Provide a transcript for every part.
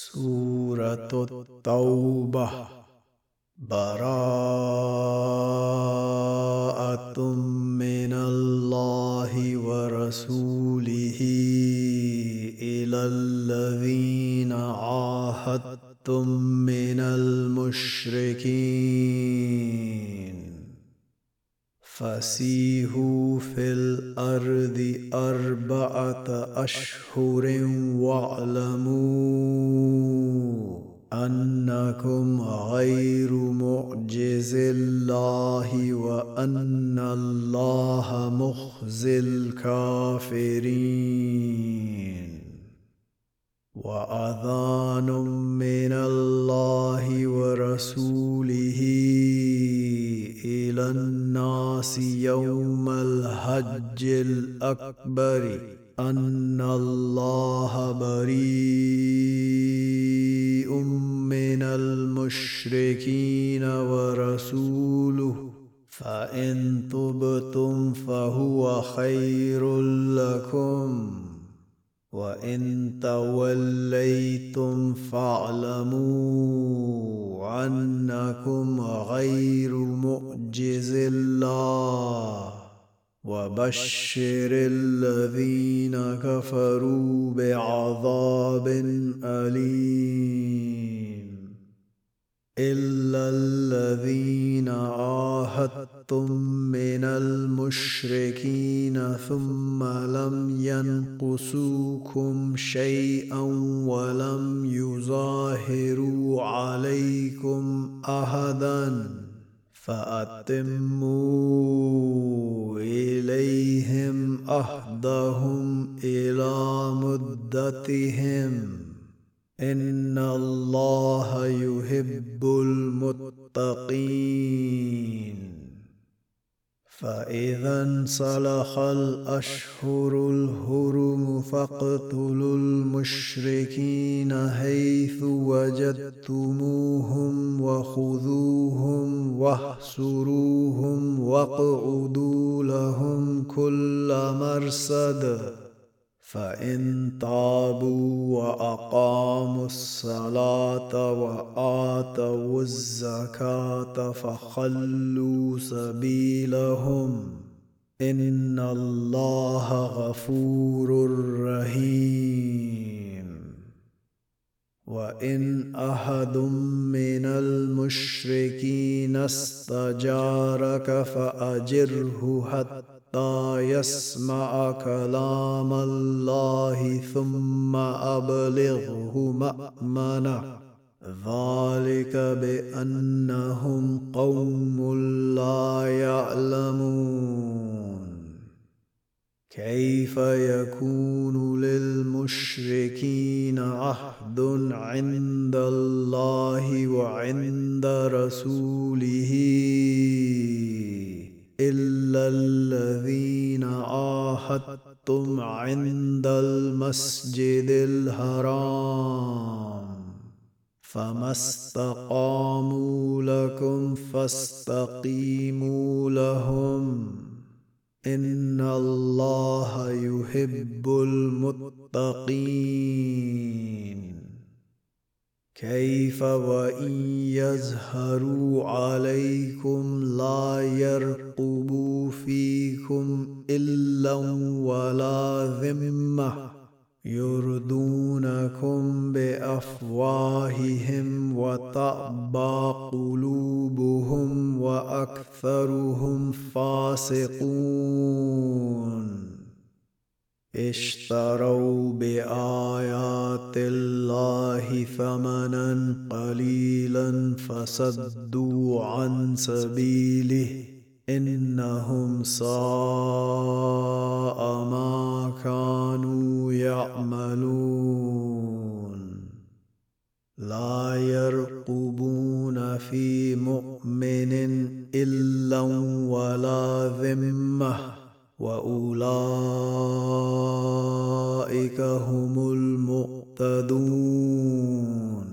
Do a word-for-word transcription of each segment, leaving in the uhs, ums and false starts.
سورة التوبة. براءة من الله ورسوله إلى الذين عاهدتم من المشركين فسيحوا في الأرض أربعة أشهر واعلموا أنكم غير معجز الله وأن الله مخزي الكافرين. وأذان من الله ورسوله إلى الناس يوم الحج الأكبر أن الله بريء من المشركين ورسوله فإن تبتم فهو خير لكم وإن توليتم فاعلموا أنكم غير معجز الله وبشر الذين كفروا بعذاب أليم. إلا الذين عاهدتم من المشركين ثم لم ينقصوكم شيئا ولم يظاهروا عليكم أحدا فأتموا إليهم عهدهم إلى مدتهم إن الله يحب المتقين. فإذا انسلخ الأشهر الحرم فاقتلوا المشركين حيث وجدتموهم وخذوهم واحصروهم واقعدوا لهم كل مرصد فإن تابوا وأقاموا الصلاة وآتوا الزكاة فخلوا سبيلهم إن الله غفور رحيم. وإن أحد من المشركين استجارك فأجره حتى يسمع كلام الله ثم أبلغه مأمنه ذلك بأنهم قوم لا يعلمون. كيف يكون للمشركين عهد عند الله وعند رسوله إلا الذين عاهدتم عند المسجد الحرام فما استقاموا لكم فاستقيموا لهم إن الله يحب المتقين. كيف وإن يظهروا عليكم لا يرقبوا فيكم إلا ولا ذمة يرضونكم بأفواههم وتأبى قلوبهم وأكثرهم فاسقون. اشتروا بآيات الله ثمنا قليلا فصدوا عن سبيله إنهم ساء ما كانوا يعملون. لا يرقبون في مؤمن إلا ولا ذمة وأولئك هم المعتدون.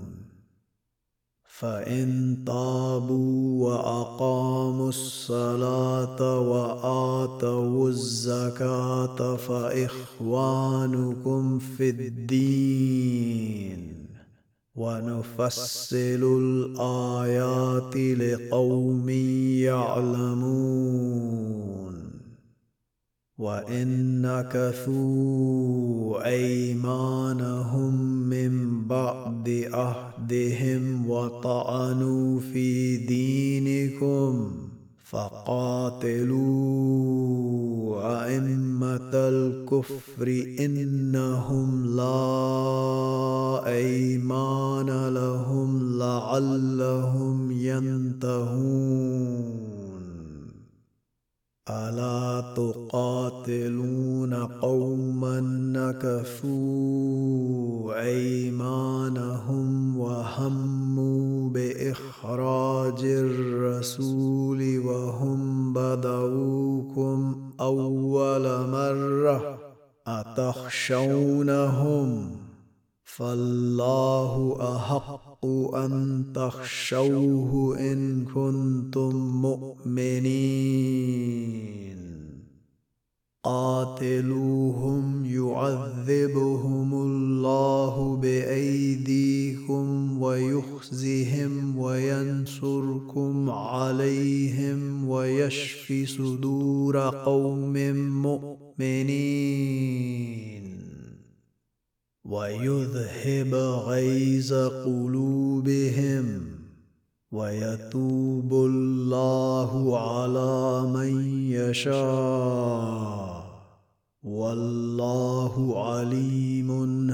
فإن تابوا وأقاموا الصلاة وآتوا الزكاة فإخوانكم في الدين ونفصل الآيات لقوم يعلمون وإن نكثوا أيمانهم من بعد عهدهم وطعنوا في دينكم فقاتلوا أئمة الكفر إنهم لا أيمان لهم لعلهم ينتهون ألا تقاتلون قوما نكثوا أيمانهم وهموا بإخراج الرسول وهم بدؤوكم أول مرة أتخشونهم فالله أحق أن تخشوه إن كنتم مؤمنين قاتلوهم يعذبهم الله بأيديكم ويخزهم وينصركم عليهم ويشف صدور قوم مؤمنين ويذهب غيظ قلوبهم ويتوب الله على من يشاء والله عليم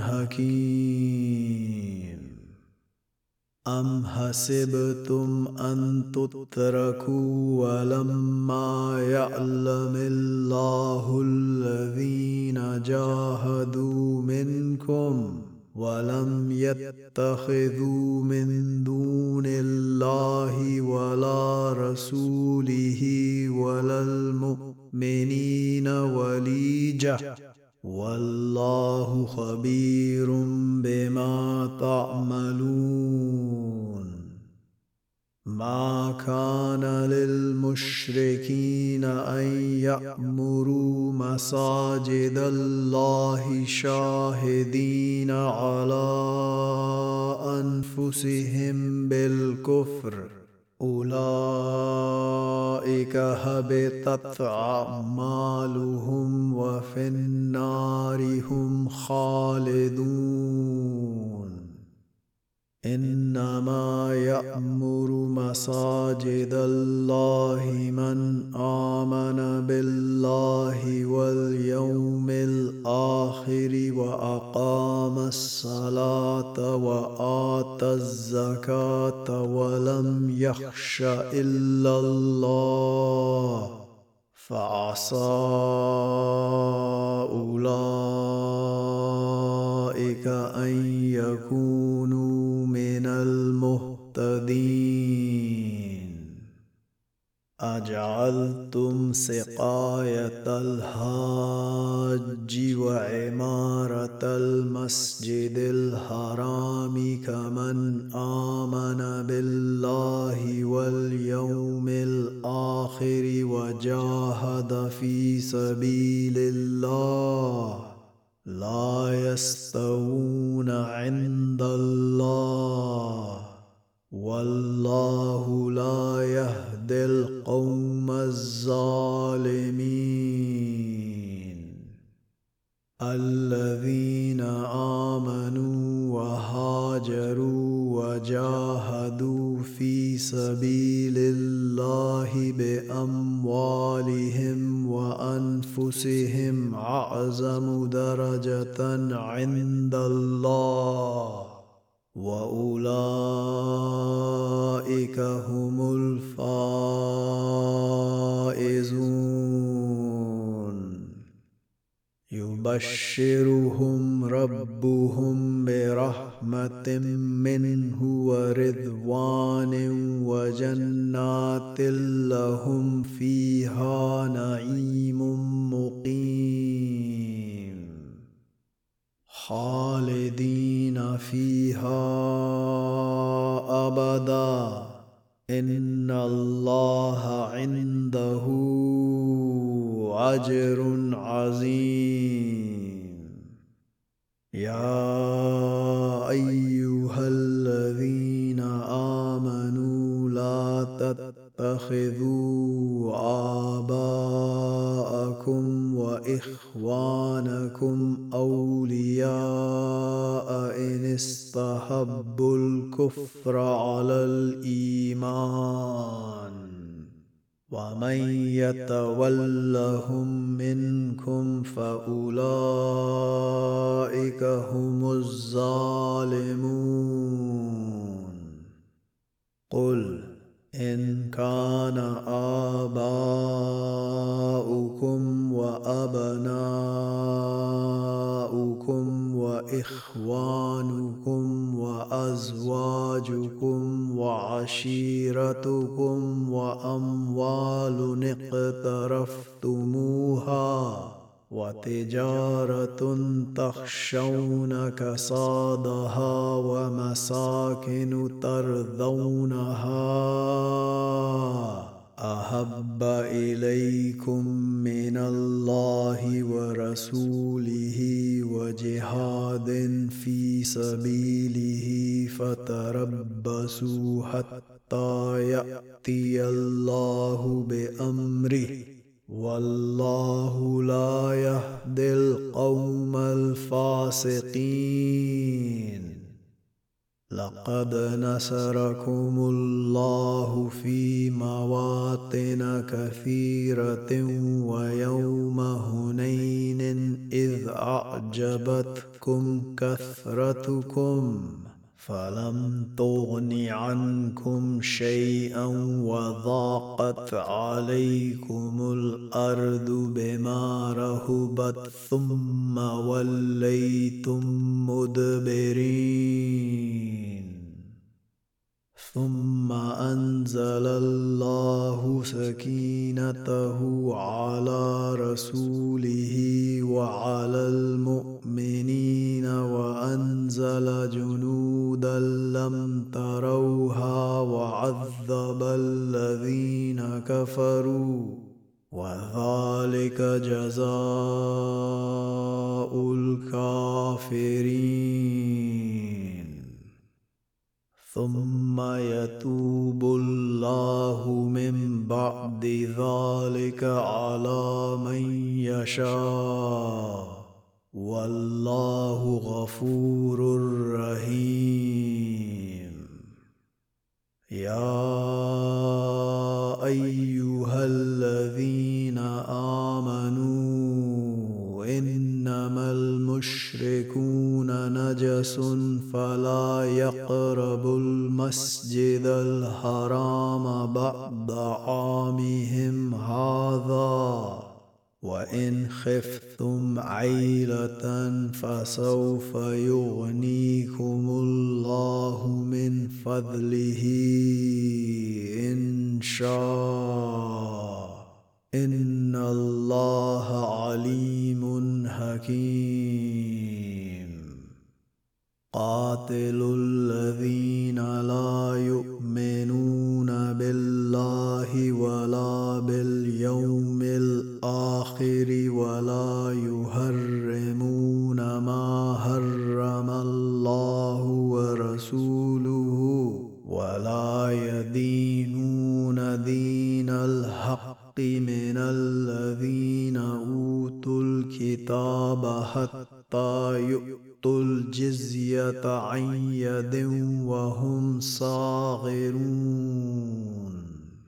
حكيم أم حسبتم أن تتركوا ولما يعلم الله الذين جاهدوا منكم ولم يتخذوا من دون الله ولا رسوله ولا المؤمنين وليجة والله خبير بما تعملون ما كان للمشركين أن يأمروا مساجد الله شاهدين على أنفسهم بالكفر أولئك هبطت أعمالهم وفي النار هم خالدون إنما يأمر مساجد الله من آمن بالله واليوم الآخر وأقام الصلاة وآتى الزكاة ولم يخش إلا الله فعسى أولئك أن يكونوا من المهتدين أجعلتم سقاية الحاج وعمارة المسجد الحرام كمن آمن بالله واليوم الآخر وجاهد في سبيل الله لا يستوون عند الله والله لا يهدي القوم الظالمين الذين آمنوا وهاجروا وجاهدوا في سبيل الله بأموالهم وأنفسهم أعظم درجة عند الله وأولئك هم الفائزون يبشرهم ربهم برحمة منه ورضوان وجنات لهم فيها نعيم مقيم خالدين فيها أبدا إن الله عنده أجر عظيم يا أيها تتخذوا آباءكم وإخوانكم أولياء إن استحبوا الكفر على الإيمان ومن يتولهم منكم فأولئك هم الظالمون قل إن كان آباؤكم وأبناؤكم وإخوانكم وأزواجكم وعشيرتكم وأموال اقترفتموها وتجارة تخشون كسادها ومساكن ترضونها أحب إليكم من الله ورسوله وجهاد في سبيله فتربصوا حتى يأتي الله بأمره والله لا يهدي القوم الفاسقين لقد نصركم الله في مواطن كثيرة ويوم هنين إذ أعجبتكم كثرتكم فلم تغن عنكم شيئا وضاقت عليكم الأرض بما رحبت ثم وليتم مدبرين ثم أنزل الله سكينته على رسوله وعلى المؤمنين وأنزل جنودا لم تروها وعذب الذين كفروا وذلك جزاء الكافرين ثم يتوب الله من بعد ذلك على من يشاء والله غفور رحيم يا أيها الذين آمنوا إنما المشركون نجس فلا يقربوا المسجد الحرام بعد عامهم هذا وإن خفتم عيلة فسوف يغنيكم الله من فضله إن شاء إن الله عليم حكيم قاتلوا الذين لا يؤمنون بالله ولا باليوم الآخر ولا يحرمون ما حرم الله ورسوله ولا يدينون دين الحق من الذين أوتوا الكتاب حتى يؤتوا الجزية عن يد وهم صاغرون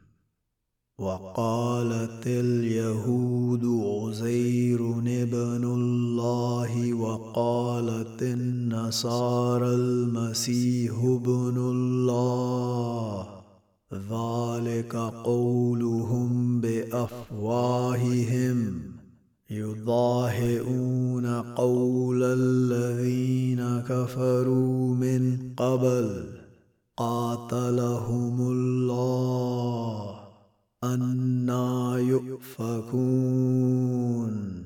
وقالت اليهود عزير ابن الله وقالت النصارى المسيح ابن الله ذلك قولهم بأفواههم يضاهئون قول الذين كفروا من قبل قاتلهم الله أنى يؤفكون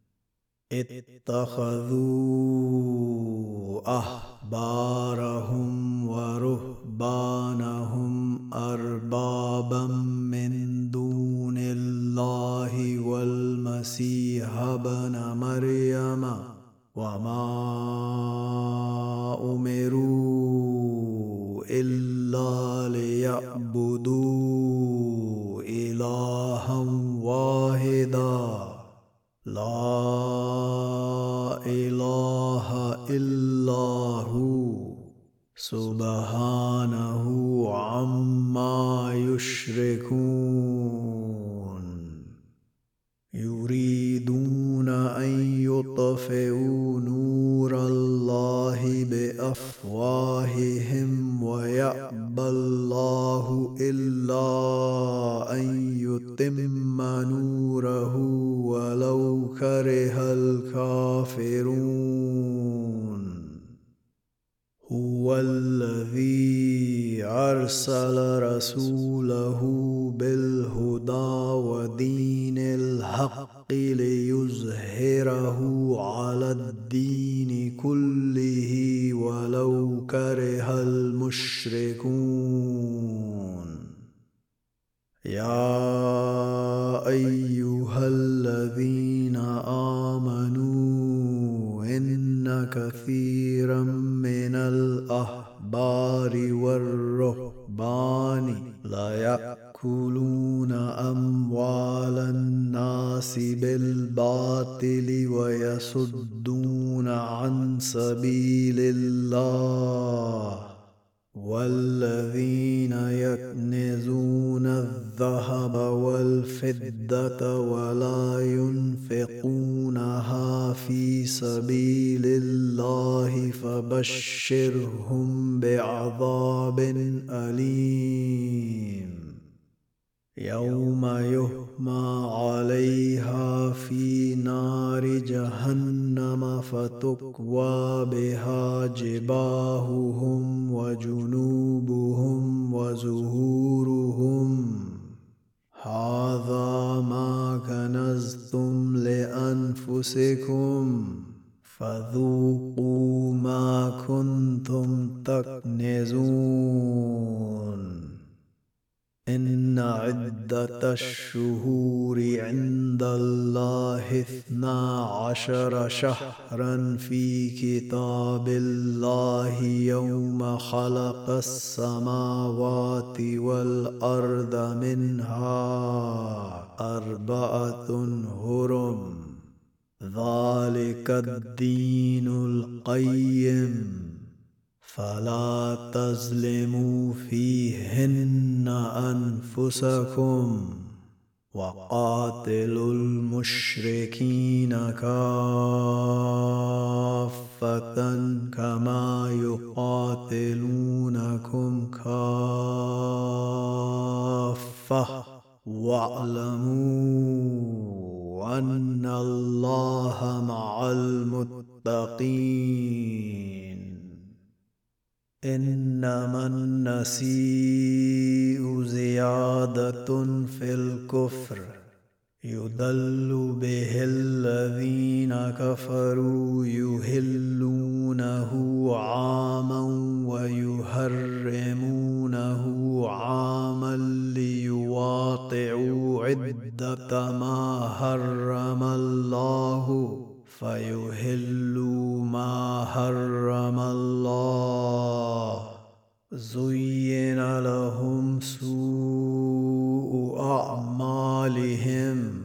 اتخذوا أحبارهم ورهبانهم أربابا من دون الله والمسيح ابن مريم وما أمروا إلا ليعبدوا سبحانه عما يشركون يريدون أن يطفئوا نور الله بأفواههم ويأبى الله إلا أن يتم نوره ولو كره الكافرون هو الذي أرسل رسوله بالهدى ودين الحق ليظهره على الدين كله ولو كره المشركون يا أيها الذين آمنوا إن كثيرا من الأحبار والرهبان ليأكلون أموال الناس بالباطل ويصدون عن سبيل الله والذين يكنزون الذهب والفضة ولا ينفقونها في سبيل الله فبشرهم بعذاب أليم يوم يحمى عليها في نار جهنم فتكوى بها جباههم وجنوبهم وظهورهم هذا ما كنزتم لأنفسكم فذوقوا ما كنتم تكنزون إن عدة الشهور عند الله اثنا عشر شهرا في كتاب الله يوم خلق السماوات والأرض منها أربعة هرم ذلك الدين القيم فلا تظلموا فيهن أنفسكم وقاتلوا المشركين كافة كما يقاتلونكم كافة واعلموا أن الله مع المتقين إنما النسيء زيادة في الكفر يضل به الذين كفروا يهلونه عاما ويحرمونه عاما ليواطئوا عدة ما حرم الله فيحلوا ما حرم الله زين لهم سوء أعمالهم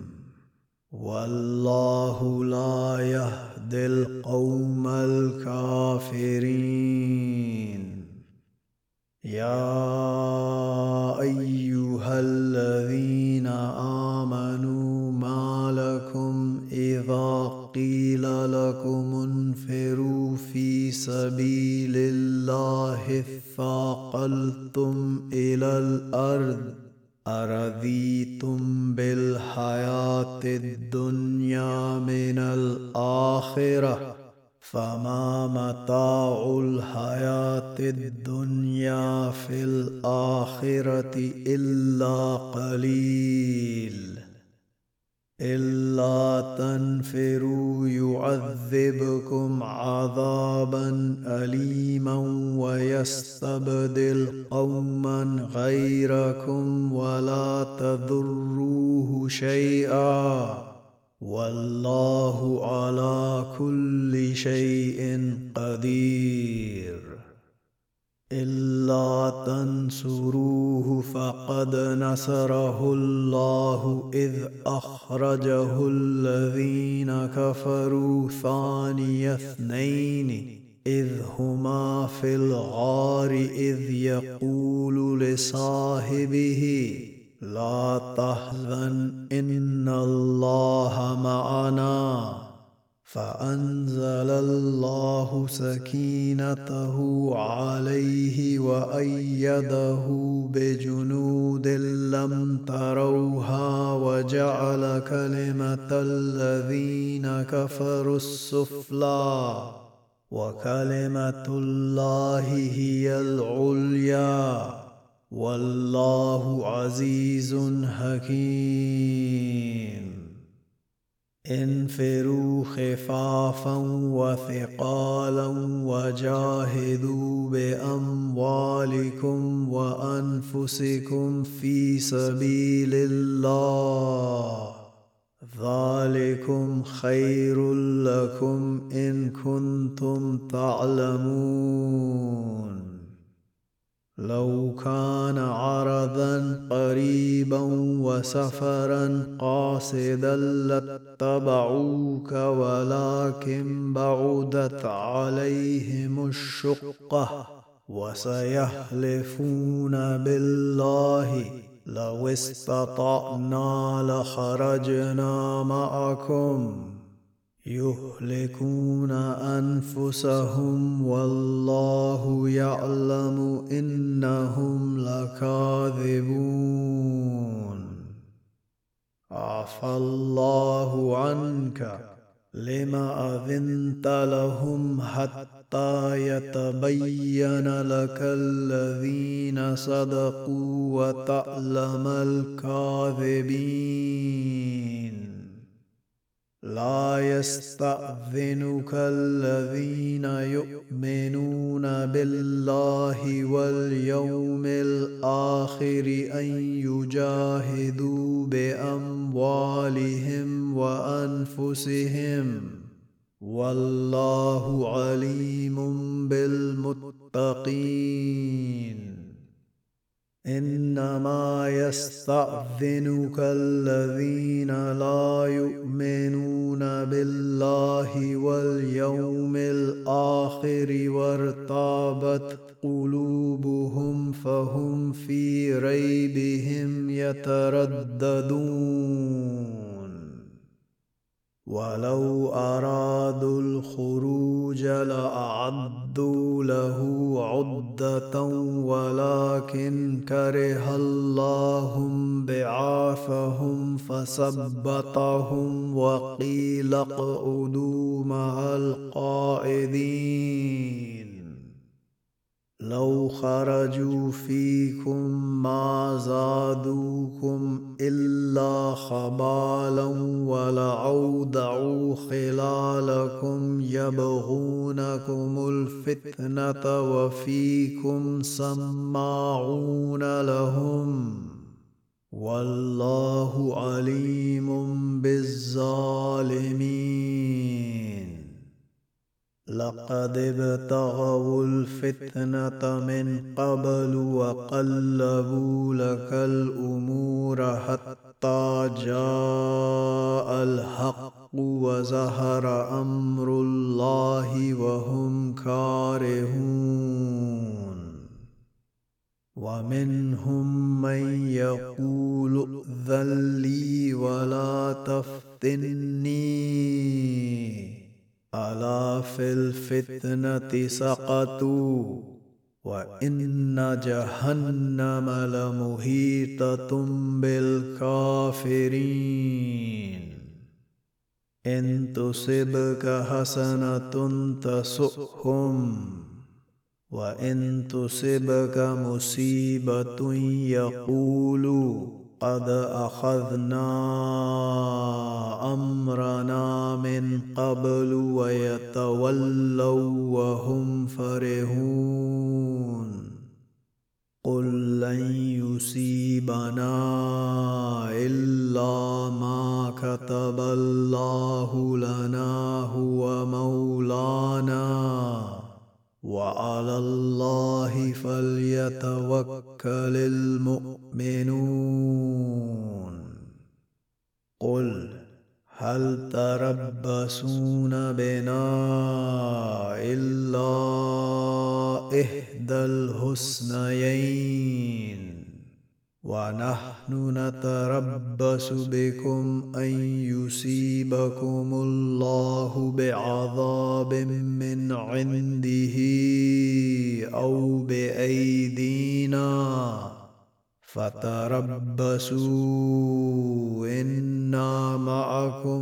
والله لا يهدي القوم الكافرين يا أيها الذين آمنوا ما لكم إذا قيل لكم انفروا في سبيل الله اثاقلتم إلى الأرض أرضيتم بالحياة الدنيا من الآخرة فما متاع الحياة الدنيا في الآخرة إلا قليل إلا تنفروا يعذبكم عذابا أليما ويستبدل قوما غيركم ولا تضروه شيئا والله على كل شيء قدير إلا تنصروه فقد نصره الله إذ أخرجه الذين كفروا ثاني اثنين إذ هما في الغار إذ يقول لصاحبه لا تحزن إن الله معنا فأنزل الله سكينته عليه وأيده بجنود لم تروها وجعل كلمة الذين كفروا السفلى وكلمة الله هي العليا والله عزيز حكيم. انفروا خفافا وثقالا وجاهدوا بأموالكم وأنفسكم في سبيل الله ذلكم خير لكم إن كنتم تعلمون. لو كان عرضا قريبا وسفرا قاصدا لاتبعوك ولكن بعدت عليهم الشقة وسيحلفون بالله لو استطعنا لخرجنا معكم يهلكون أنفسهم والله يعلم إنهم لكاذبون. عفى الله عنك لما أذنت لهم حتى يتبين لك الذين صدقوا وتعلم الكاذبين. لا يستأذنك الذين يؤمنون بالله واليوم الآخر أن يجاهدوا بأموالهم وأنفسهم والله عليم بالمتقين. إنما يستأذنك الذين لا يؤمنون بالله واليوم الآخر وارتابت قلوبهم فهم في ريبهم يترددون. ولو أرادوا الخروج لأعدوا له عدة ولكن كره الله بعاثهم فثبطهم وقيل اقعدوا مع القاعدين. لو خرجوا فيكم ما زادوكم إلا خبالا ولأوضعوا خلالكم يبغونكم الفتنة وفيكم سماعون لهم والله عليم بالظالمين. لقد ابتغوا الفتنة من قبل وقلبوا لك الأمور حتى جاء الحق وظهر أمر الله وهم كارهون. ومنهم من يقول ائذن لي ولا تفتني ألا في الفتنة سقطوا وإن جهنم لمحيطة بالكافرين. إن تصبك حسنة تسؤهم وإن تصبك مصيبة يقولوا قد أخذنا أمرنا من قبل ويتولوا وهم فرحون. قل لن يصيبنا إلا ما كتب الله لنا هو مولانا وعلى الله فليتوكل المؤمنون. قل هل تربصون بنا إلا إحدى الحسنيين ونحن نتربص بكم أن يصيبكم الله بعذاب من عنده أو بأيدينا فتربصوا إنا معكم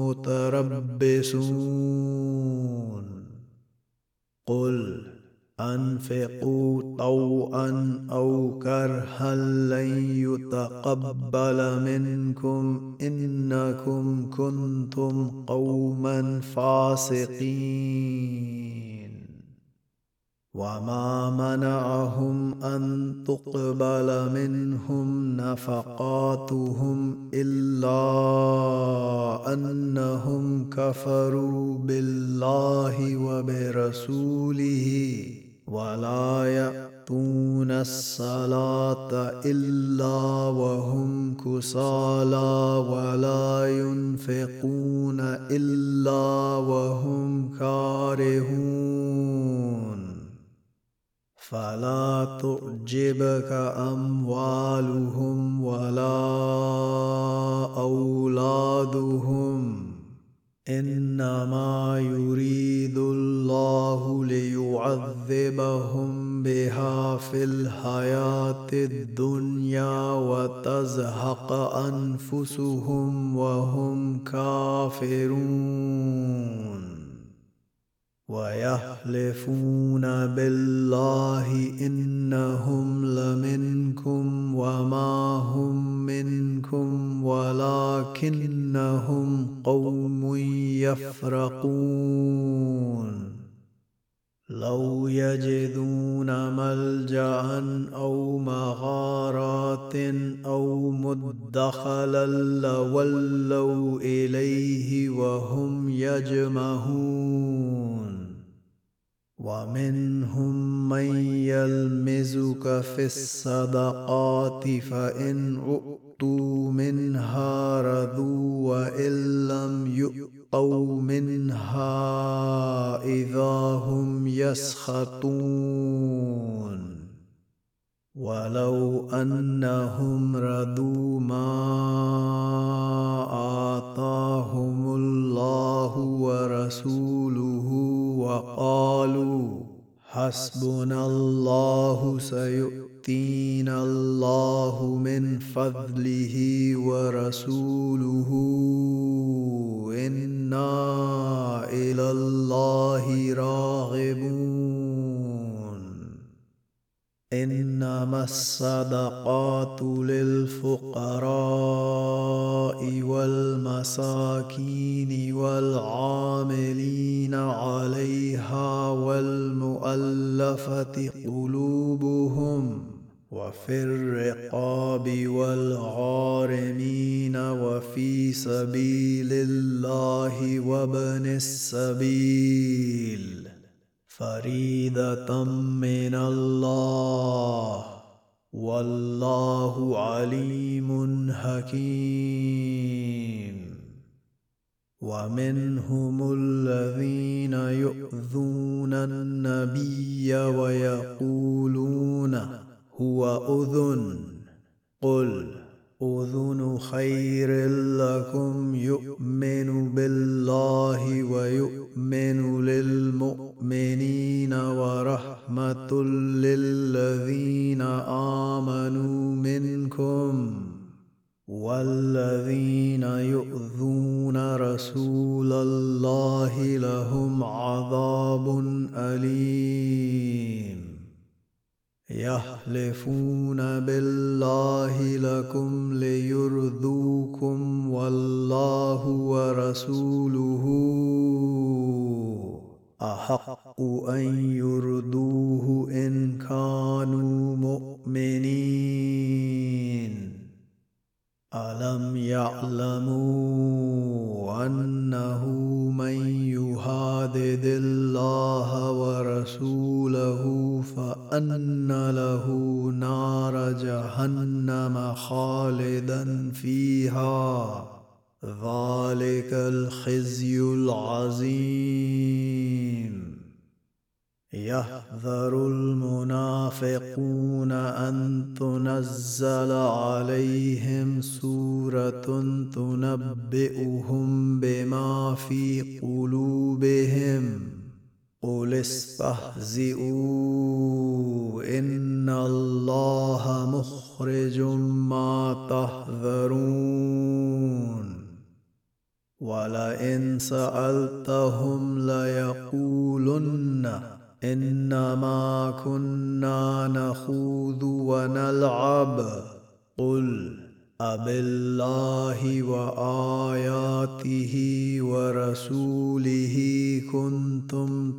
متربصون قل أنفقوا طوعا أو كرها لن يتقبل منكم إنكم كنتم قوما فاسقين وما منعهم أن تقبل منهم نفقاتهم إلا أنهم كفروا بالله وبرسوله ولا يأتون الصلاة إلا وهم كسالى ولا ينفقون إلا وهم كارهون فلا تعجبك أموالهم ولا أولادهم إنما يريد الله ليعذبهم بها في الحياة الدنيا وتزهق أنفسهم وهم كافرون ويحلفون بالله إنهم لمنكم وما هم منكم ولكنهم قوم يفرقون لو يجدون ملجأ أو مغارات أو مدخلا لولوا إليه وهم يجمهون ومنهم من يلمزك في الصدقات فإن أُؤْتُوا منها رضوا وإن لم يؤتوا منها إذا هم يسخطون ولو أنهم رضوا ما آتاهم الله ورسوله وقالوا حسبنا الله سيؤتينا الله من فضله ورسوله إنا إلى الله راغبون إنما الصدقات للفقراء والمساكين والعاملين عليها والمؤلفة قلوبهم وفي الرقاب والغارمين وفي سبيل الله وابن السبيل فريضة من الله والله عليم حكيم ومنهم الذين يؤذون النبي ويقولون هو أذن قل أذن خير لكم يؤمن بالله ويؤمن للمؤمنين ورحمة للذين آمنوا منكم والذين يؤذون رسول الله لهم عذاب أليم يحلفون بالله لكم ليرضوكم والله ورسوله أحق أن يرضوه إن كانوا مؤمنين ألم يعلموا أنه من يحادد الله ورسوله فأن له نار جهنم خالدا فيها ذلك الخزي العظيم. يحذر المنافقون أن تنزل عليهم سورة تنبئهم بما في قلوبهم قل استهزئوا إن الله مخرج ما تحذرون. ولئن سألتهم ليقولن إنما كنا نخوض ونلعب قل أبالله وآياته ورسوله كنتم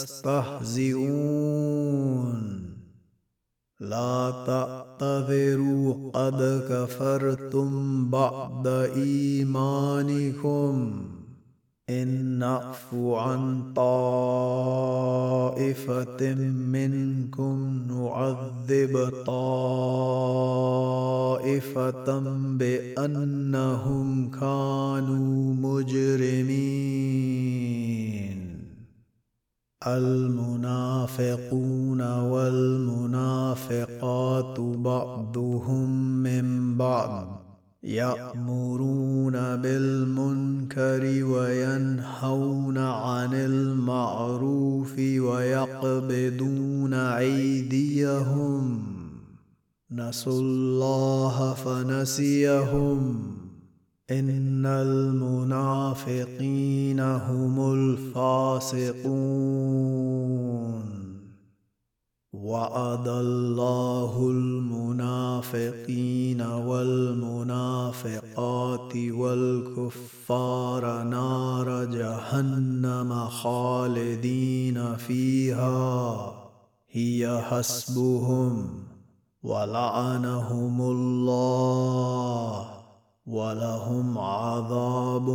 تستهزئون لا تعتذروا قد كفرتم بعد إيمانكم إن نعف عن طائفة منكم نعذب طائفة بأنهم كانوا مجرمين. المنافقون والمنافقات بعضهم من بعض يأمرون بالمنكر وينهون عن المعروف ويقبضون أيديهم نسوا الله فنسيهم إن المنافقين هم الفاسقون. وعد الله المنافقين والمنافقات والكفار نار جهنم خالدين فيها هي حسبهم ولعنهم الله ولهم عذاب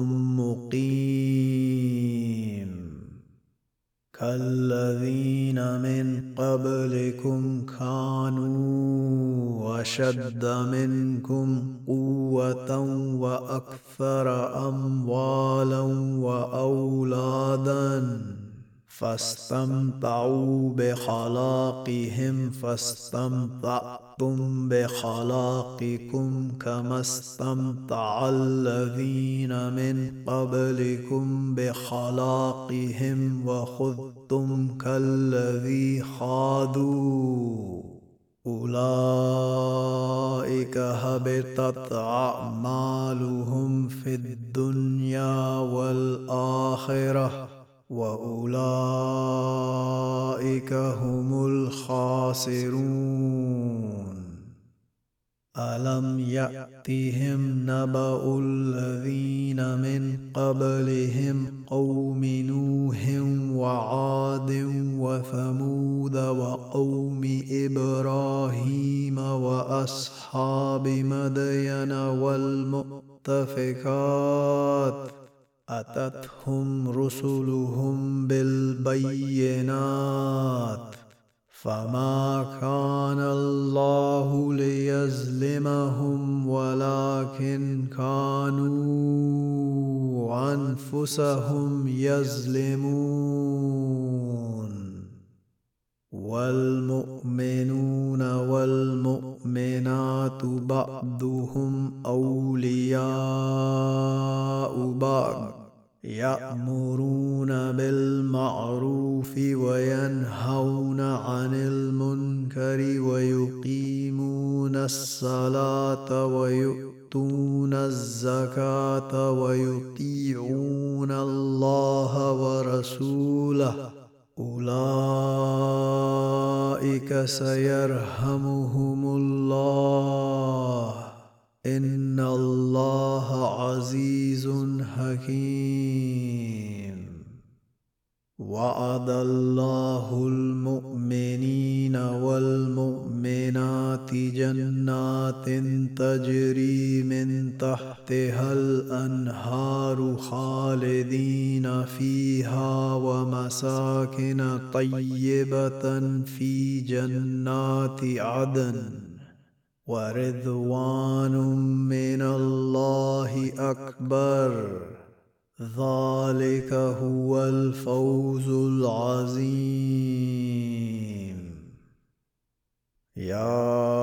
مقيم. كالذين من قبلكم كانوا أشد منكم قوة وأكثر أموالا وأولادا فاستمتعوا بخلاقهم فاستمتعتم بخلاقكم كما استمتع الذين من قبلكم بخلاقهم وخذتم كالذي خاضوا أولئك هبطت أعمالهم في الدنيا والآخرة وأولئك هم الخاسرون. ألم يأتهم نبأ الذين من قبلهم قوم نوح وعاد وثمود وقوم إبراهيم وأصحاب مدين والمؤتفكات أتتهم رسلهم بالبينات فما كان الله ليظلمهم ولكن كانوا أنفسهم يظلمون. والمؤمنون والمؤمنات بعضهم أولياء بعض يأمرون بالمعروف وينهون عن المنكر ويقيمون الصلاة ويؤتون الزكاة ويطيعون الله ورسوله أولئك سيرحمهم الله إن الله عزيز حكيم. وعد الله المؤمنين والمؤمنات جنات تجري من تحتها الأنهار خالدين فيها ومساكن طيبة في جنات عدن ورضوان من الله أكبر ذلك هو الفوز العظيم. يا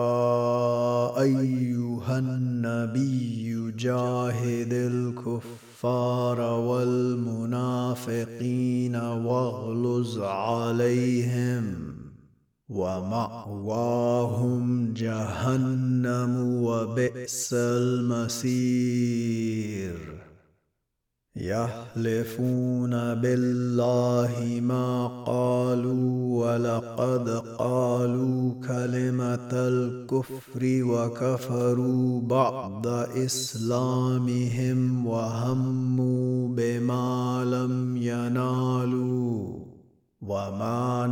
أيها النبي جاهد الكفار والمنافقين واغلظ عليهم ومأواهم جهنم وبئس المصير. يحلفون بالله ما قالوا ولقد قالوا كلمة الكفر وكفروا بعد إسلامهم وهموا بما لم ينالوا وما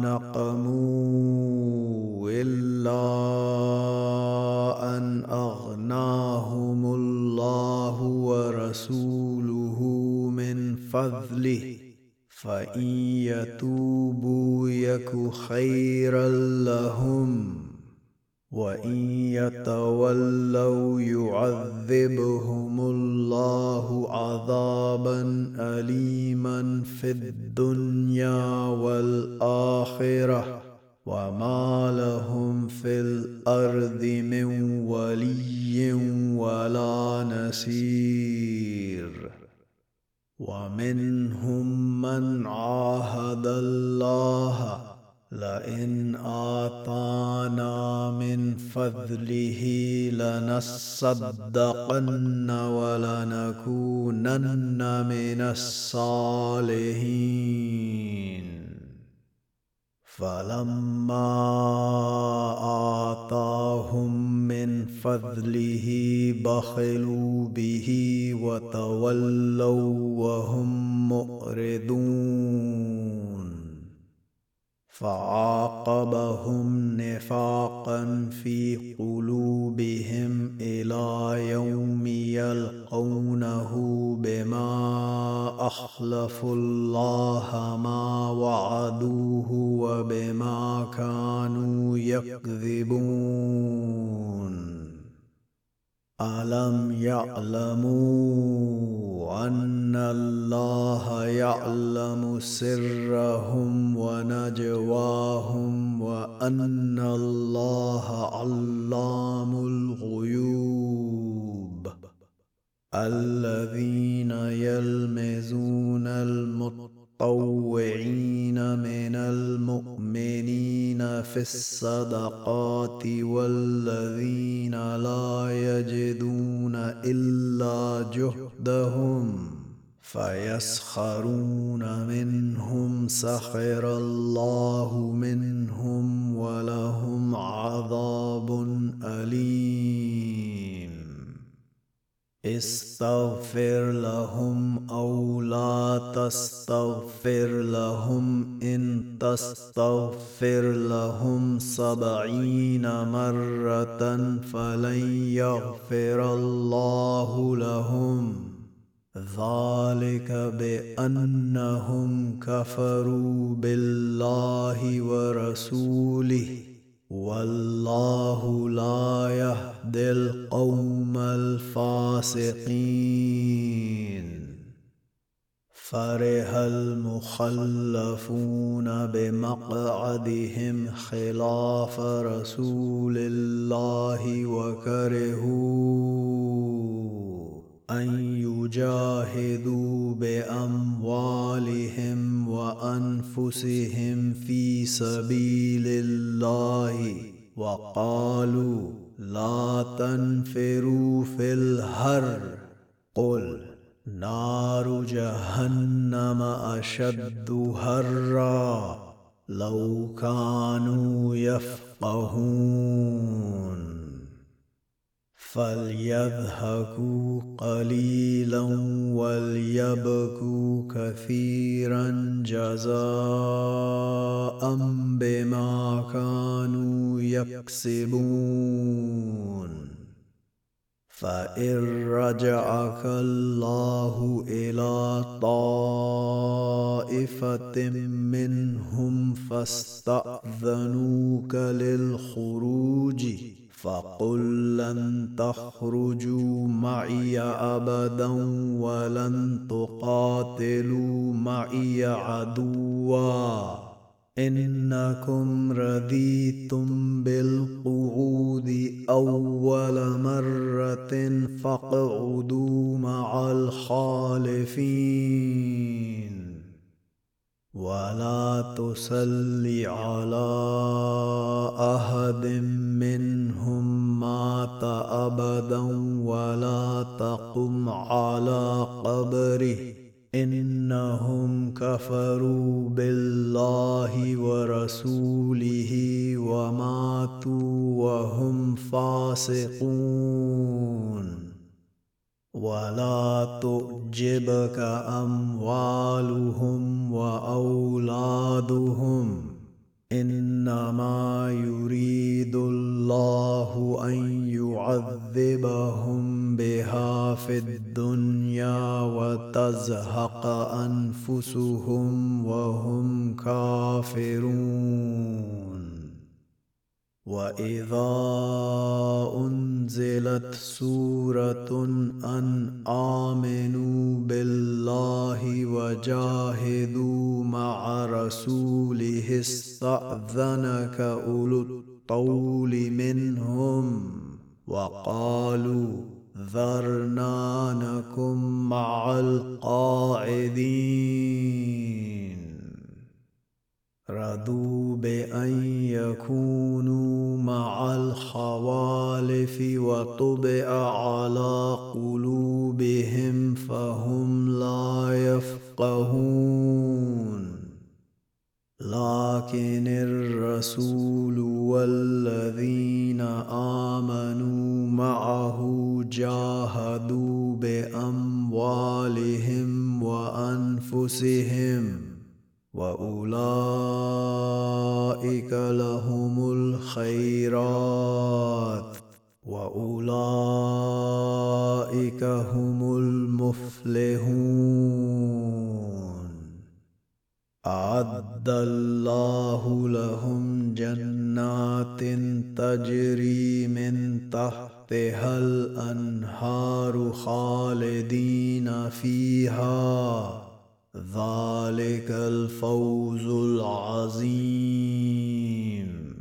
نقموا إلا أن أغناهم الله ورسوله من فضله فإن يتوبوا يك خيرا لهم وإن يتولوا يعذبهم الله عذابا أليما في الدنيا والآخرة وما لهم في الأرض من ولي ولا نصير. ومنهم من عاهد الله لئن آتانا من فضله لنصدقن ولنكونن من الصالحين. فلما آتاهم من فضله بخلوا به وتولوا وهم معرضون. فعاقبهم نفاقا في قلوبهم إلى يوم يلقونه بما أخلفوا الله ما وعدوه وبما كانوا يكذبون. ألم يعلموا أن الله يعلم سرهم ونجواهم وأن الله علام الغيوب. الذين يلمزون المتطوعين من المؤمنين في الصدقات والذين لا يجدون إلا جهدهم فيسخرون منهم سخر الله منهم ولهم عذاب أليم. استغفر لهم أو لا تستغفر لهم إن تستغفر لهم سبعين مرة فلن يغفر الله لهم ذلك بأنهم كفروا بالله ورسوله والله لا يهدي القوم الفاسقين. فرح المخلفون بمقعدهم خلاف رسول الله وكرهوا أن يجاهدوا بأموالهم وأنفسهم في سبيل الله وقالوا لا تنفروا في الحر قل نار جهنم أشد حرا لو كانوا يفقهون. فليضحكوا قليلا وليبكوا كثيرا جزاء بما كانوا يكسبون. فإن رجعك الله إلى طائفة منهم فاستأذنوك للخروج فقل لن تخرجوا معي أبدا ولن تقاتلوا معي عدوا إنكم رضيتم بالقعود أول مرة فاقعدوا مع الخالفين ولا تسل على أحد منهم مات أبدا ولا تقم على قبره إنهم كفروا بالله ورسوله وماتوا وهم فاسقون ولا تعجبك أموالهم وأولادهم إنما يريد الله أن يعذبهم بها في الدنيا وتزهق أنفسهم وهم كافرون وإذا أنزلت سورة أن آمنوا بالله وجاهدوا مع رسوله استأذنك أولو الطول منهم وقالوا ذرنا نكن مع القاعدين رضوا بأن يكونوا مع الخوالف وطبع على قلوبهم فهم لا يفقهون لكن الرسول والذين آمنوا معه جاهدوا بأموالهم وأنفسهم وأولئك لهم الخيرات وأولئك هم المفلحون أعد الله لهم جنات تجري من تحتها الأنهار خالدين فيها ذلك الفوز العظيم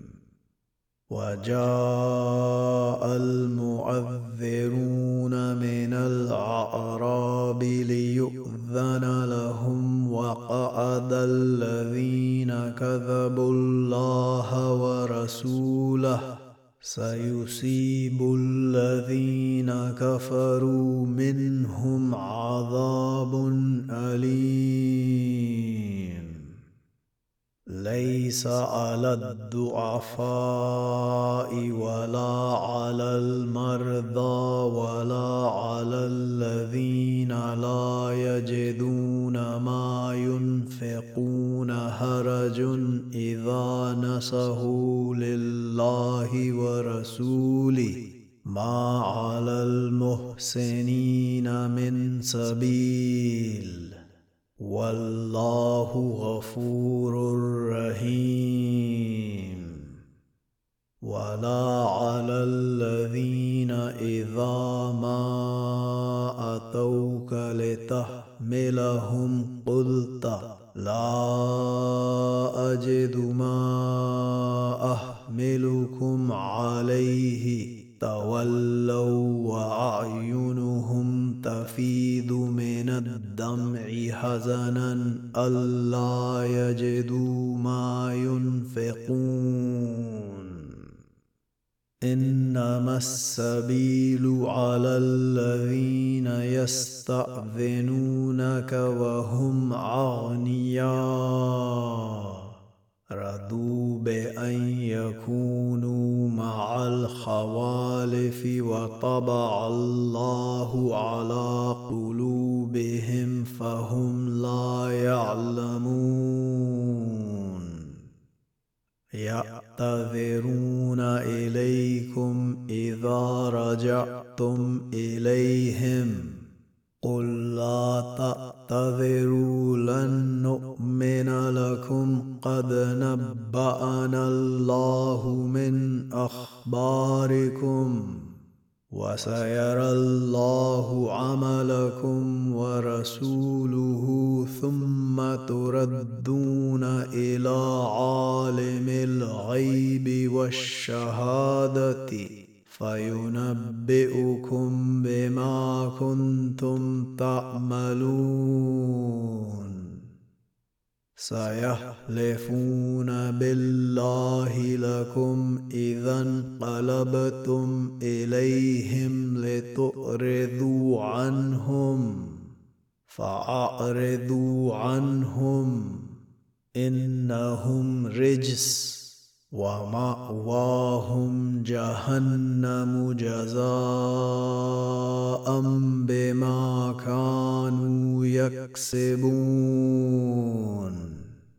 وجاء المعذرون من الأعراب ليؤذن لهم وقعد الذين كذبوا الله ورسوله سيصيب الذين كفروا منهم عذاب أليم ليس على الضعفاء ولا على المرضى ولا على الذين لا يجدون ما ينفقون هرج إذا نصحوا لله ورسوله ما على المحسنين من سبيل والله غفور رحيم ولا على الذين إذا ما أتوك لتحملهم قلت لا أجد ما أحملكم عليه تولوا وأعينهم تفيض من الدمع حزنا ألا يجدوا ما ينفقون إنما السبيل على الذين يستأذنونك وهم أغنياء رضوا بأن يكونوا مع الخوالف وطبع الله على قلوبهم فهم لا يعلمون يعتذرون إليكم إذا رجعتم إليهم قل لا تعتذروا لن نؤمن لكم قد نبأنا الله من أخباركم وسيرى الله عملكم ورسوله ثم تردون إلى عالم الغيب والشهادة فينبئكم بما كنتم تعملون سيحلفون بالله لكم إذا انقلبتم إليهم لتعرضوا عنهم فأعرضوا عنهم إنهم رجس ومأواهم جهنم جزاء بما كانوا يكسبون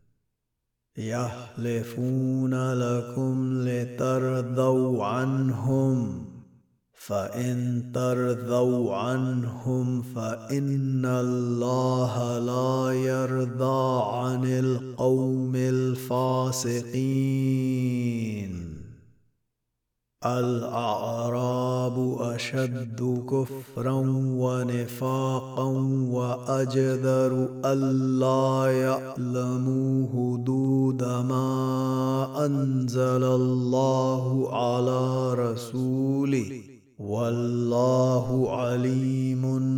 يحلفون لكم لترضوا عنهم فإن ترضوا عنهم فإن الله لا يرضى عن القوم الفاسقين الأعراب أشد كفرا ونفاقا وأجدر ألا يعلموا حدود ما أنزل الله على رسوله والله عليم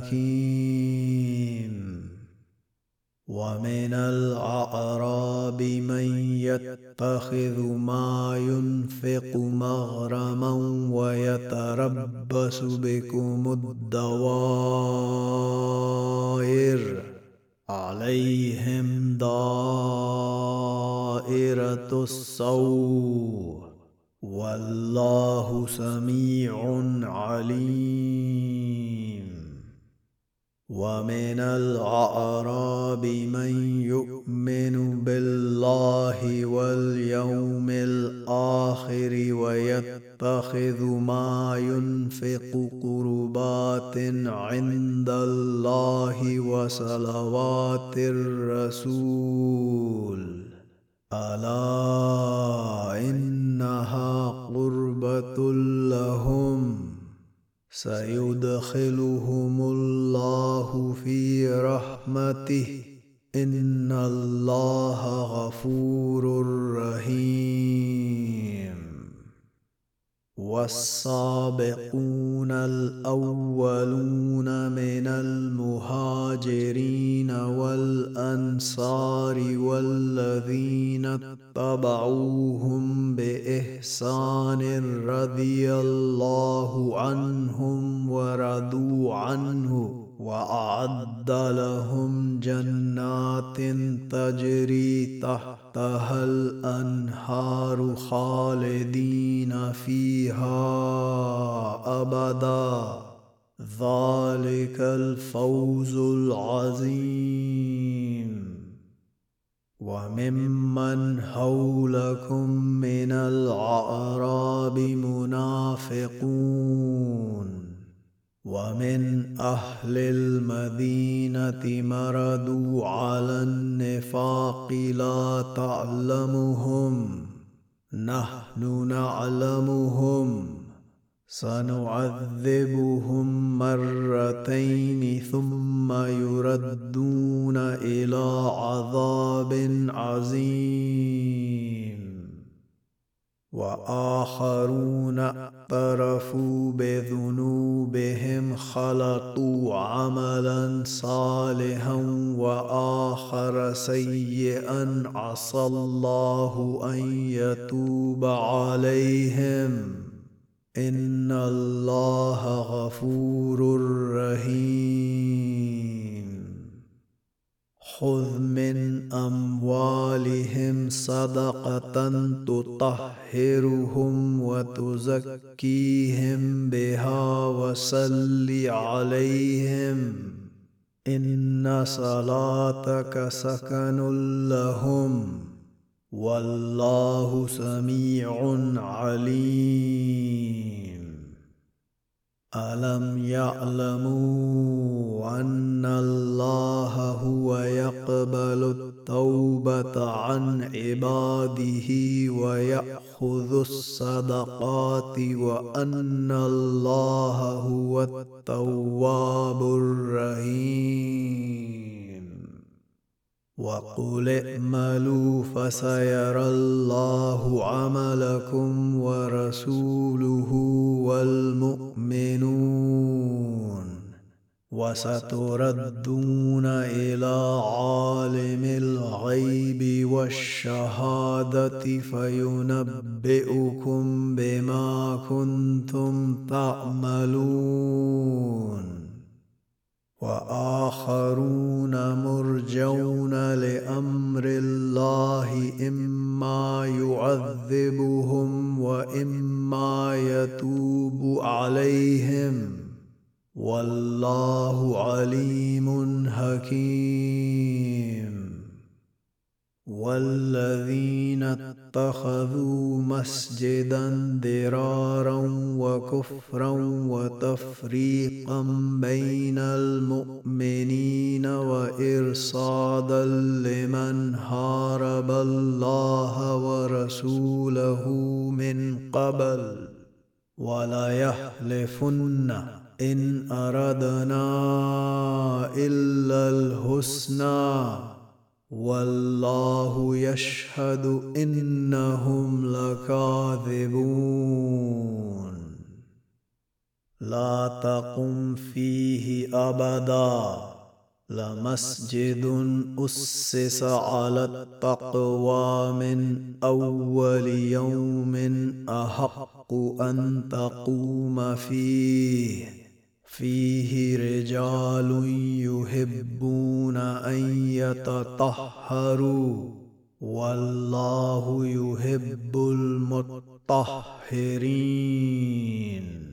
حكيم ومن الأعراب من يتخذ ما ينفق مغرما ويتربص بكم الدوائر عليهم دائرة السوء والله سميع عليم ومن الأعراب من يؤمن بالله واليوم الآخر ويتخذ ما ينفق قربات عند الله وصلوات الرسول ألا إنها قربة لهم سيدخلهم الله في رحمته إن الله غفور رحيم والسابقون الأولون من المهاجرين والأنصار والذين اتبعوهم بإحسان رضي الله عنهم ورضوا عنه وأعد لهم جنات تجري تحتها الأنهار خالدين فيها أبدا ذلك الفوز العظيم وممن حولكم من الأعراب منافقون ومن أهل المدينة مردوا على النفاق لا تعلمهم نحن نعلمهم سنعذبهم مرتين ثم يردون إلى عذاب عظيم وآخرون اعترفوا بذنوبهم خلطوا عملا صالحا وآخر سيئا عسى الله أن يتوب عليهم إن الله غفور رحيم خذ من أموالهم صدقة تطهرهم وتزكيهم بها وصل عليهم إن صلاتك سكن لهم والله سميع عليم ألم يعلموا أن الله هو يقبل التوبة عن عباده ويأخذ الصدقات وأن الله هو التواب الرحيم. وقل اعملوا فسيرى الله عملكم ورسوله والمؤمنون وستردون إلى عالم الغيب والشهادة فينبئكم بما كنتم تعملون. وآخرون مرجون لأمر الله إما يعذبهم وإما يتوب عليهم والله عليم حكيم. والذين اتخذوا مسجدا ضرارا وكفرا وتفريقا بين المؤمنين وإرصادا لمن حارب الله ورسوله من قبل وليحلفن إن أردنا إلا الحسنى والله يشهد إنهم لكاذبون. لا تقم فيه أبدا لمسجد أسس على التقوى من أول يوم أحق أن تقوم فيه فيه رجال يحبون أن يتطهروا والله يحب المطهرين.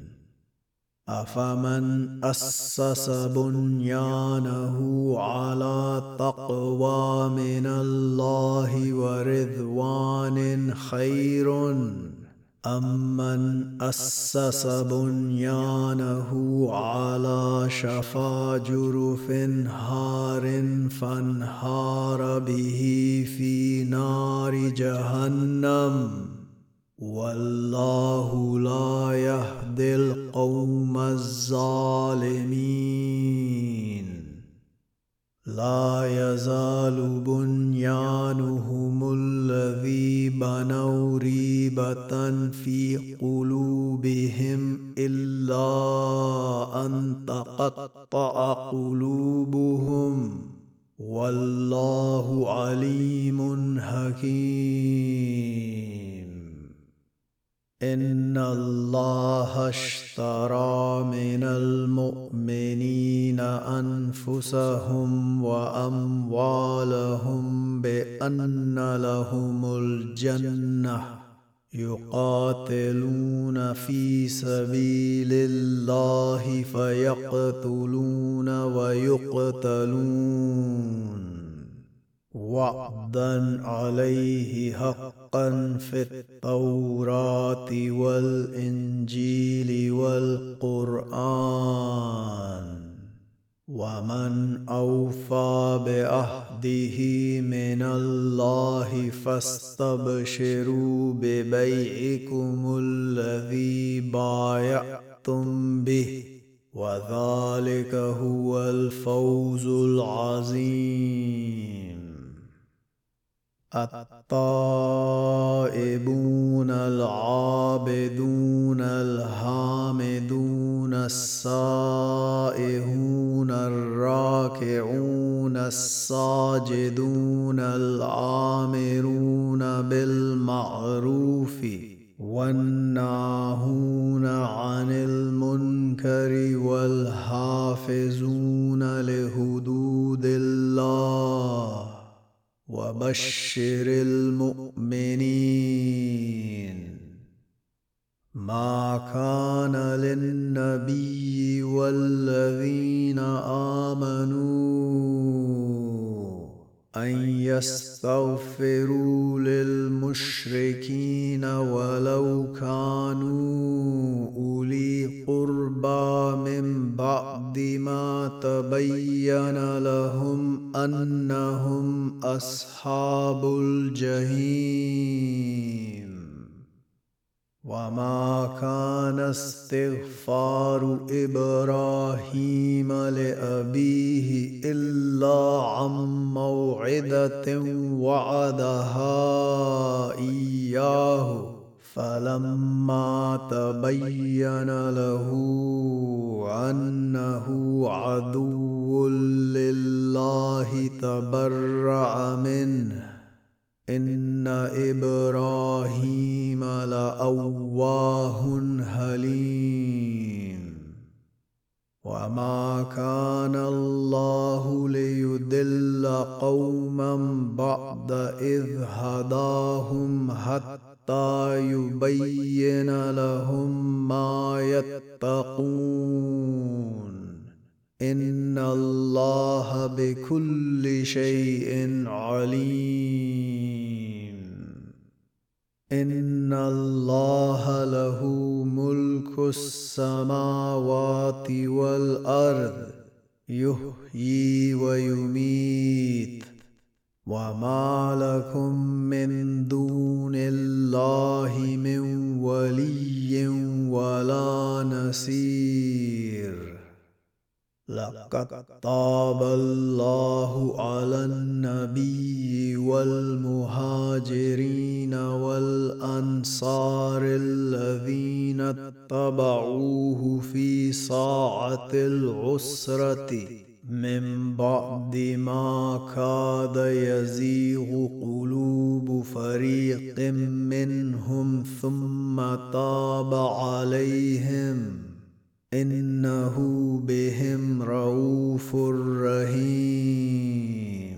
أفمن أسس بنيانه على تقوى من الله ورضوان خير أمن أسس بنيانه على شفا جرف هار فانهار به في نار جهنم والله لا يهدي القوم الظالمين. لا يزال بنيانهم الذي بنوا ريبة في قلوبهم إلا أن تقطع قلوبهم والله عليم حكيم. إن الله اشترى من المؤمنين أنفسهم وأموالهم بأن لهم الجنة يقاتلون في سبيل الله فيقتلون ويقتلون وعدا عليه حقا في التوراة والإنجيل والقرآن ومن أوفى بعهده من الله فاستبشروا ببيعكم الذي بايعتم به وذلك هو الفوز العظيم. التائبون العابدون الحامدون السائحون الراكعون الساجدون الآمرون بالمعروف والناهون عن المنكر والحافظون لحدود الله وبشر المؤمنين. ما كان للنبي والذين آمنوا أن يستغفروا للمشركين ولو كانوا أولي قربى بعد ما تبين لهم أنهم أصحاب الجحيم وما كان استغفار إبراهيم لأبيه إلا عن موعدة وعدها إياه فلما تبين له أنه عدو لله تبرأ منه إن إبراهيم لأواه حليم وما كان الله ليضل قوما بعد إذ هداهم حتى يبين لهم ما يتقون إن الله بكل شيء عليم إن الله له ملك السماوات والأرض يحيي ويميت وما لكم من دون الله من ولي ولا نصير لقد تاب الله على النبي والمهاجرين والأنصار الذين اتبعوه في ساعة العسرة من بعد ما كاد يزيغ قلوب فريق منهم ثم تاب عليهم إنه بهم رؤوف رحيم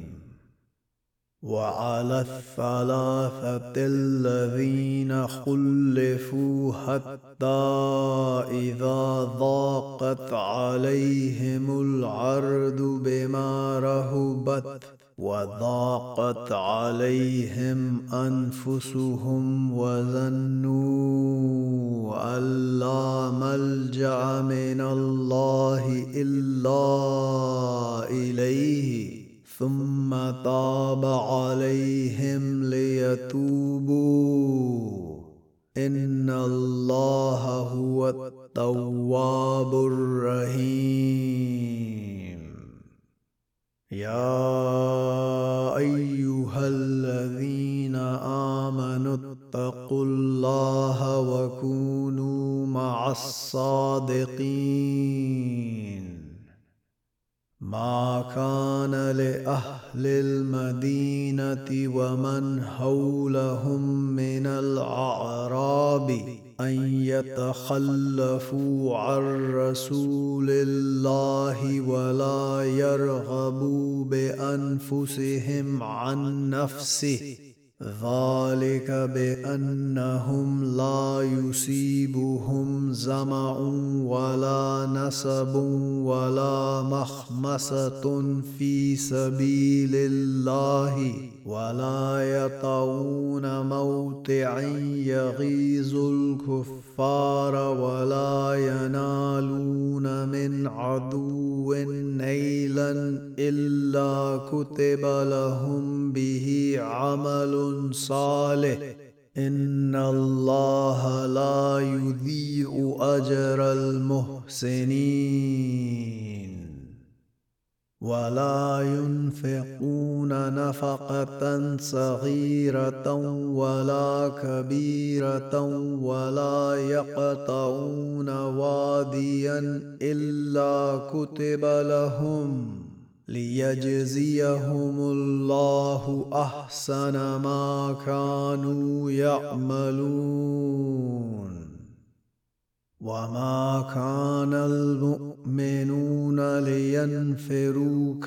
وعلى الثلاثة الذين خلفوا حتى إذا ضاقت عليهم الأرض بما رحبت وضاقت عليهم أنفسهم وظنوا أن لا ملجأ من الله إلا إليه ثم تاب عليهم ليتوبوا إن الله هو التواب الرحيم يا أيها الذين آمنوا اتقوا الله وكونوا مع الصادقين ما كان لأهل المدينة ومن حولهم من الأعراب أن يتخلفوا عن رسول الله ولا يرغبوا بأنفسهم عن نفسه ذلك بأنهم لا يصيبهم ظمأ ولا نصب ولا مخمصة في سبيل الله ولا يطعون موطعا يغيظ الكفار ولا ينالون من عدو نيلا إلا كتب لهم به عمل صالح إن الله لا يضيع أجر المحسنين ولا ينفقون نفقة صغيرة ولا كبيرة ولا يقطعون واديا إلا كتب لهم ليجزيهم الله أحسن ما كانوا يعملون وما كان المؤمنون لينفروا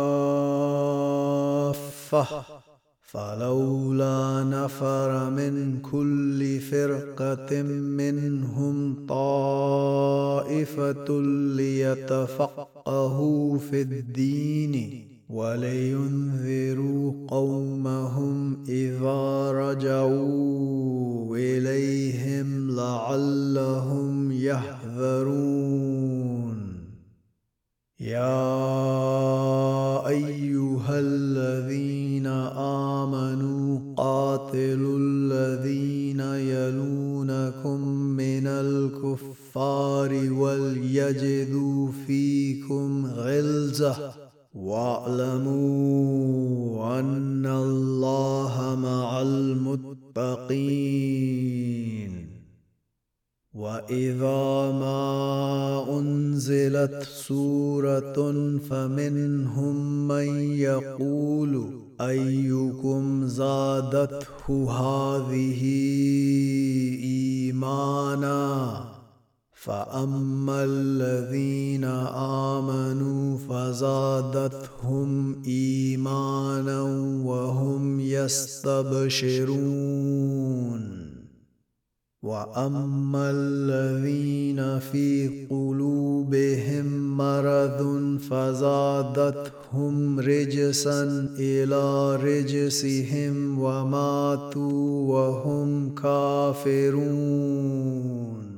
كافة فلولا نفر من كل فرقة منهم طائفة ليتفقهوا في الدين ولينذروا قومهم إذا رجعوا إليهم لعلهم يحذرون يا أيها الذين آمنوا قاتلوا الذين يلونكم من الكفار وليجدوا فيكم غلظة واعلموا أن الله مع المتقين. وإذا ما أنزلت سورة فمنهم من يقول أيكم زادته هذه إيمانا فأما الذين آمنوا فزادتهم إيمانا وهم يستبشرون. وأما الذين في قلوبهم مرض فزادتهم رجسا إلى رجسهم وماتوا وهم كافرون.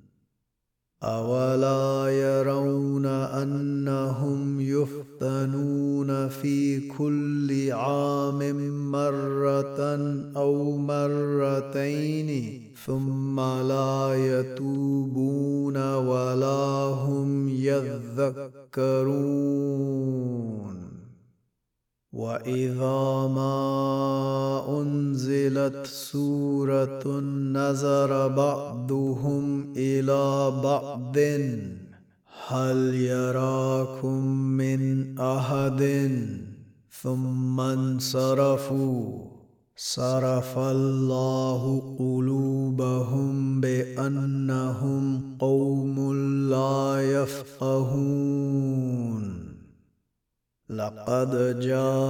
أولا يرون أنهم يفتنون في كل عام مرة أو مرتين ثم لا يتوبون ولا هم يذكرون. وإذا ما أنزلت سورة نظر بعضهم إلى بعض هل يراكم من أحد ثم انصرفوا صرف الله قلوبهم بأنهم قوم لا يفقهون. لقد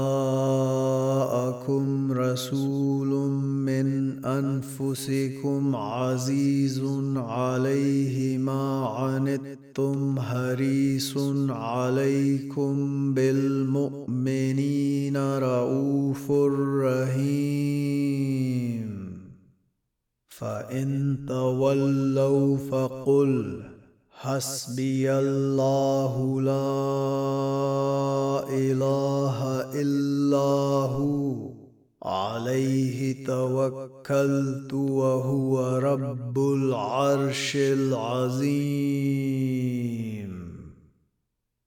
جاءكم رسول من أنفسكم عزيز عليه ما عنتم حريص عليكم بالمؤمنين رءوف رحيم. فإن تولوا فقل حسبي الله لا إله إلا هو عليه توكلت وهو رب العرش العظيم.